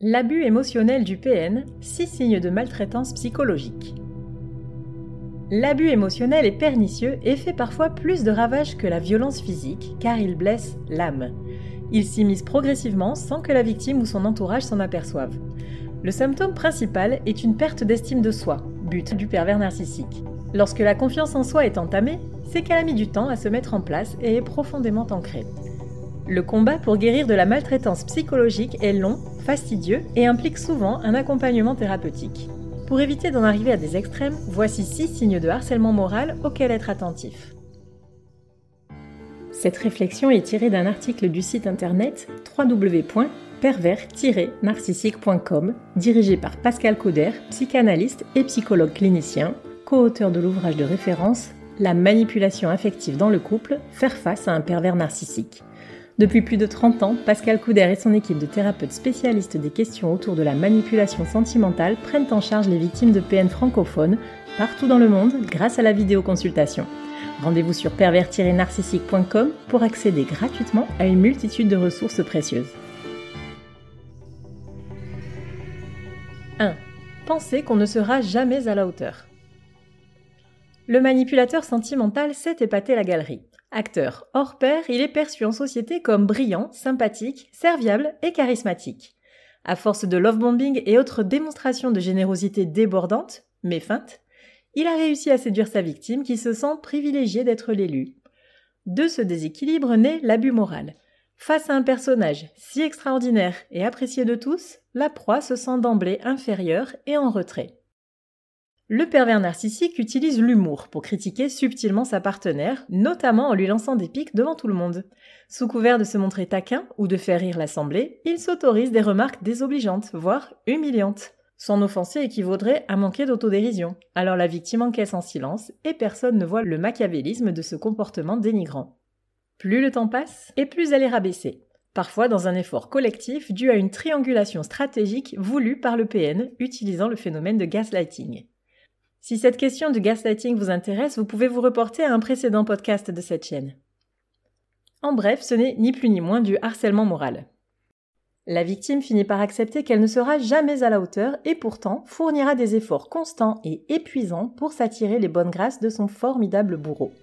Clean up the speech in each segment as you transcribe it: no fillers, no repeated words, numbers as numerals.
L'abus émotionnel du PN, 6 signes de maltraitance psychologique. L'abus émotionnel est pernicieux et fait parfois plus de ravages que la violence physique car il blesse l'âme. Il s'immisce progressivement sans que la victime ou son entourage s'en aperçoive. Le symptôme principal est une perte d'estime de soi, but du pervers narcissique. Lorsque la confiance en soi est entamée, c'est qu'elle a mis du temps à se mettre en place et est profondément ancrée. Le combat pour guérir de la maltraitance psychologique est long, fastidieux et implique souvent un accompagnement thérapeutique. Pour éviter d'en arriver à des extrêmes, voici 6 signes de harcèlement moral auxquels être attentif. Cette réflexion est tirée d'un article du site internet www.pervers-narcissique.com, dirigé par Pascal Cauder, psychanalyste et psychologue clinicien, co-auteur de l'ouvrage de référence « La manipulation affective dans le couple, faire face à un pervers narcissique ». Depuis plus de 30 ans, Pascal Cauder et son équipe de thérapeutes spécialistes des questions autour de la manipulation sentimentale prennent en charge les victimes de PN francophones partout dans le monde grâce à la vidéoconsultation. Rendez-vous sur pervers-narcissique.com pour accéder gratuitement à une multitude de ressources précieuses. 1. Penser qu'on ne sera jamais à la hauteur. Le manipulateur sentimental sait épater la galerie. Acteur hors pair, il est perçu en société comme brillant, sympathique, serviable et charismatique. À force de love-bombing et autres démonstrations de générosité débordante, mais feinte, il a réussi à séduire sa victime qui se sent privilégiée d'être l'élu. De ce déséquilibre naît l'abus moral. Face à un personnage si extraordinaire et apprécié de tous, la proie se sent d'emblée inférieure et en retrait. Le pervers narcissique utilise l'humour pour critiquer subtilement sa partenaire, notamment en lui lançant des piques devant tout le monde. Sous couvert de se montrer taquin ou de faire rire l'assemblée, il s'autorise des remarques désobligeantes, voire humiliantes. S'en offenser équivaudrait à manquer d'autodérision. Alors la victime encaisse en silence et personne ne voit le machiavélisme de ce comportement dénigrant. Plus le temps passe, et plus elle est rabaissée. Parfois dans un effort collectif dû à une triangulation stratégique voulue par le PN utilisant le phénomène de gaslighting. Si cette question du gaslighting vous intéresse, vous pouvez vous reporter à un précédent podcast de cette chaîne. En bref, ce n'est ni plus ni moins du harcèlement moral. La victime finit par accepter qu'elle ne sera jamais à la hauteur et pourtant fournira des efforts constants et épuisants pour s'attirer les bonnes grâces de son formidable bourreau.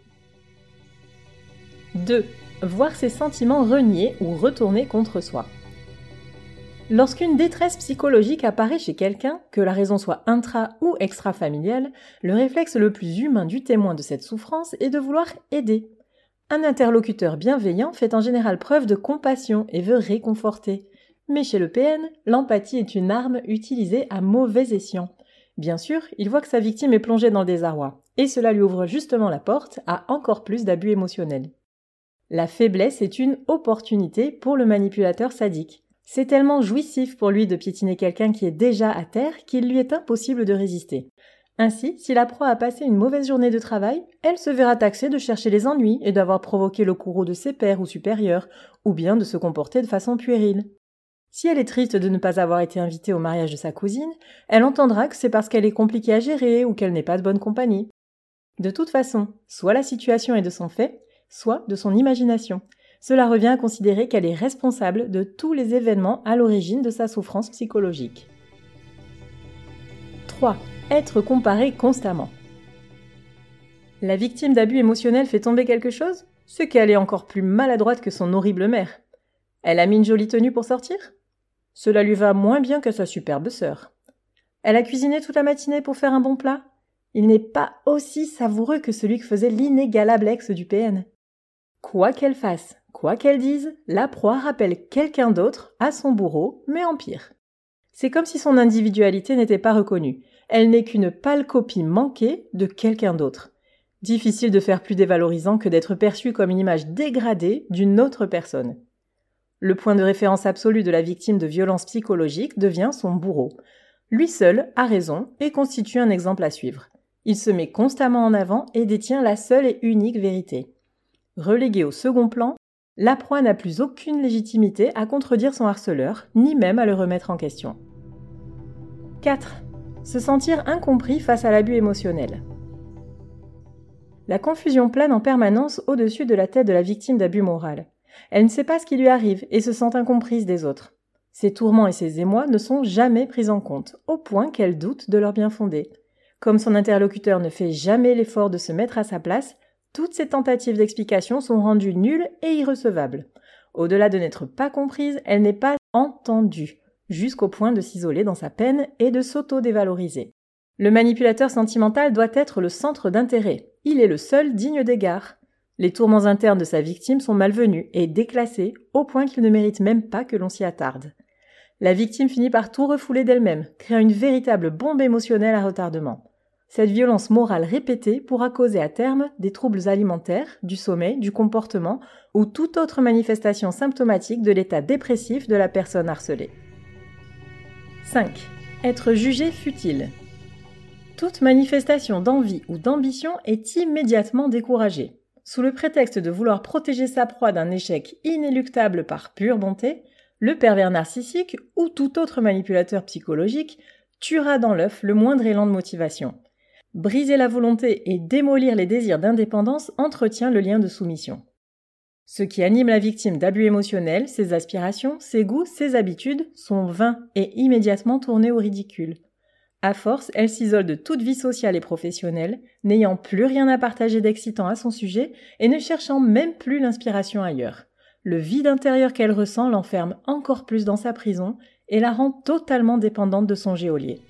2. Voir ses sentiments reniés ou retournés contre soi. Lorsqu'une détresse psychologique apparaît chez quelqu'un, que la raison soit intra- ou extra-familiale, le réflexe le plus humain du témoin de cette souffrance est de vouloir aider. Un interlocuteur bienveillant fait en général preuve de compassion et veut réconforter. Mais chez le PN, l'empathie est une arme utilisée à mauvais escient. Bien sûr, il voit que sa victime est plongée dans le désarroi, et cela lui ouvre justement la porte à encore plus d'abus émotionnels. La faiblesse est une opportunité pour le manipulateur sadique. C'est tellement jouissif pour lui de piétiner quelqu'un qui est déjà à terre qu'il lui est impossible de résister. Ainsi, si la proie a passé une mauvaise journée de travail, elle se verra taxée de chercher les ennuis et d'avoir provoqué le courroux de ses pairs ou supérieurs, ou bien de se comporter de façon puérile. Si elle est triste de ne pas avoir été invitée au mariage de sa cousine, elle entendra que c'est parce qu'elle est compliquée à gérer ou qu'elle n'est pas de bonne compagnie. De toute façon, soit la situation est de son fait, soit de son imagination. Cela revient à considérer qu'elle est responsable de tous les événements à l'origine de sa souffrance psychologique. 3. Être comparée constamment. La victime d'abus émotionnels fait tomber quelque chose ? C'est qu'elle est encore plus maladroite que son horrible mère. Elle a mis une jolie tenue pour sortir ? Cela lui va moins bien que sa superbe sœur. Elle a cuisiné toute la matinée pour faire un bon plat ? Il n'est pas aussi savoureux que celui que faisait l'inégalable ex du PN. Quoi qu'elle fasse, quoi qu'elle dise, la proie rappelle quelqu'un d'autre à son bourreau, mais en pire. C'est comme si son individualité n'était pas reconnue. Elle n'est qu'une pâle copie manquée de quelqu'un d'autre. Difficile de faire plus dévalorisant que d'être perçue comme une image dégradée d'une autre personne. Le point de référence absolu de la victime de violences psychologiques devient son bourreau. Lui seul a raison et constitue un exemple à suivre. Il se met constamment en avant et détient la seule et unique vérité. Reléguée au second plan, la proie n'a plus aucune légitimité à contredire son harceleur, ni même à le remettre en question. 4. Se sentir incompris face à l'abus émotionnel. La confusion plane en permanence au-dessus de la tête de la victime d'abus moral. Elle ne sait pas ce qui lui arrive et se sent incomprise des autres. Ses tourments et ses émois ne sont jamais pris en compte, au point qu'elle doute de leur bien-fondé. Comme son interlocuteur ne fait jamais l'effort de se mettre à sa place, toutes ses tentatives d'explication sont rendues nulles et irrecevables. Au-delà de n'être pas comprise, elle n'est pas entendue, jusqu'au point de s'isoler dans sa peine et de s'auto-dévaloriser. Le manipulateur sentimental doit être le centre d'intérêt. Il est le seul digne d'égard. Les tourments internes de sa victime sont malvenus et déclassés au point qu'il ne mérite même pas que l'on s'y attarde. La victime finit par tout refouler d'elle-même, créant une véritable bombe émotionnelle à retardement. Cette violence morale répétée pourra causer à terme des troubles alimentaires, du sommeil, du comportement ou toute autre manifestation symptomatique de l'état dépressif de la personne harcelée. 5. Être jugé futile. Toute manifestation d'envie ou d'ambition est immédiatement découragée. Sous le prétexte de vouloir protéger sa proie d'un échec inéluctable par pure bonté, le pervers narcissique ou tout autre manipulateur psychologique tuera dans l'œuf le moindre élan de motivation. Briser la volonté et démolir les désirs d'indépendance entretient le lien de soumission. Ce qui anime la victime d'abus émotionnels, ses aspirations, ses goûts, ses habitudes, sont vains et immédiatement tournés au ridicule. À force, elle s'isole de toute vie sociale et professionnelle, n'ayant plus rien à partager d'excitant à son sujet et ne cherchant même plus l'inspiration ailleurs. Le vide intérieur qu'elle ressent l'enferme encore plus dans sa prison et la rend totalement dépendante de son geôlier.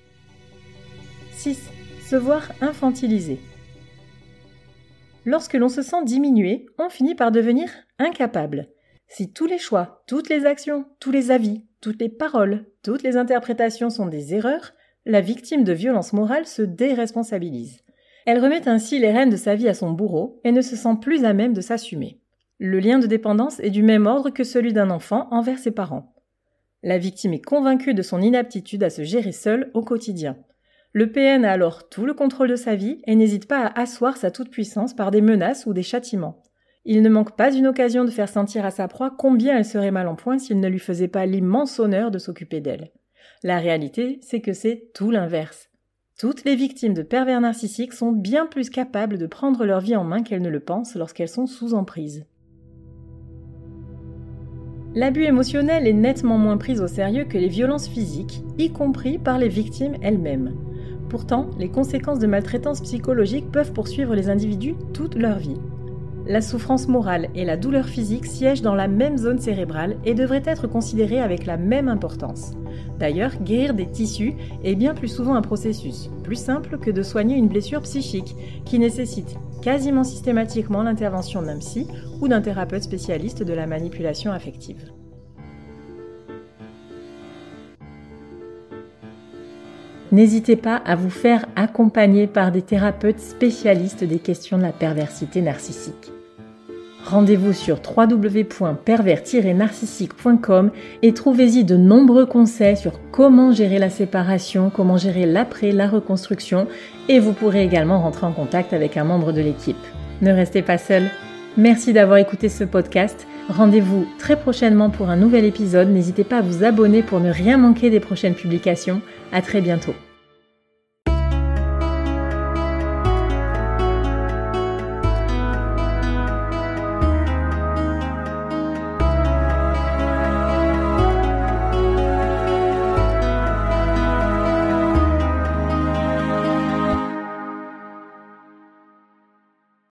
6. Se voir infantilisé. Lorsque l'on se sent diminué, on finit par devenir incapable. Si tous les choix, toutes les actions, tous les avis, toutes les paroles, toutes les interprétations sont des erreurs, la victime de violence morale se déresponsabilise. Elle remet ainsi les rênes de sa vie à son bourreau et ne se sent plus à même de s'assumer. Le lien de dépendance est du même ordre que celui d'un enfant envers ses parents. La victime est convaincue de son inaptitude à se gérer seule au quotidien. Le PN a alors tout le contrôle de sa vie et n'hésite pas à asseoir sa toute-puissance par des menaces ou des châtiments. Il ne manque pas une occasion de faire sentir à sa proie combien elle serait mal en point s'il ne lui faisait pas l'immense honneur de s'occuper d'elle. La réalité, c'est que c'est tout l'inverse. Toutes les victimes de pervers narcissiques sont bien plus capables de prendre leur vie en main qu'elles ne le pensent lorsqu'elles sont sous emprise. L'abus émotionnel est nettement moins pris au sérieux que les violences physiques, y compris par les victimes elles-mêmes. Pourtant, les conséquences de maltraitance psychologique peuvent poursuivre les individus toute leur vie. La souffrance morale et la douleur physique siègent dans la même zone cérébrale et devraient être considérées avec la même importance. D'ailleurs, guérir des tissus est bien plus souvent un processus, plus simple que de soigner une blessure psychique, qui nécessite quasiment systématiquement l'intervention d'un psy ou d'un thérapeute spécialiste de la manipulation affective. N'hésitez pas à vous faire accompagner par des thérapeutes spécialistes des questions de la perversité narcissique. Rendez-vous sur www.pervers-narcissique.com et trouvez-y de nombreux conseils sur comment gérer la séparation, comment gérer l'après, la reconstruction, et vous pourrez également rentrer en contact avec un membre de l'équipe. Ne restez pas seul. Merci d'avoir écouté ce podcast. Rendez-vous très prochainement pour un nouvel épisode. N'hésitez pas à vous abonner pour ne rien manquer des prochaines publications. À très bientôt.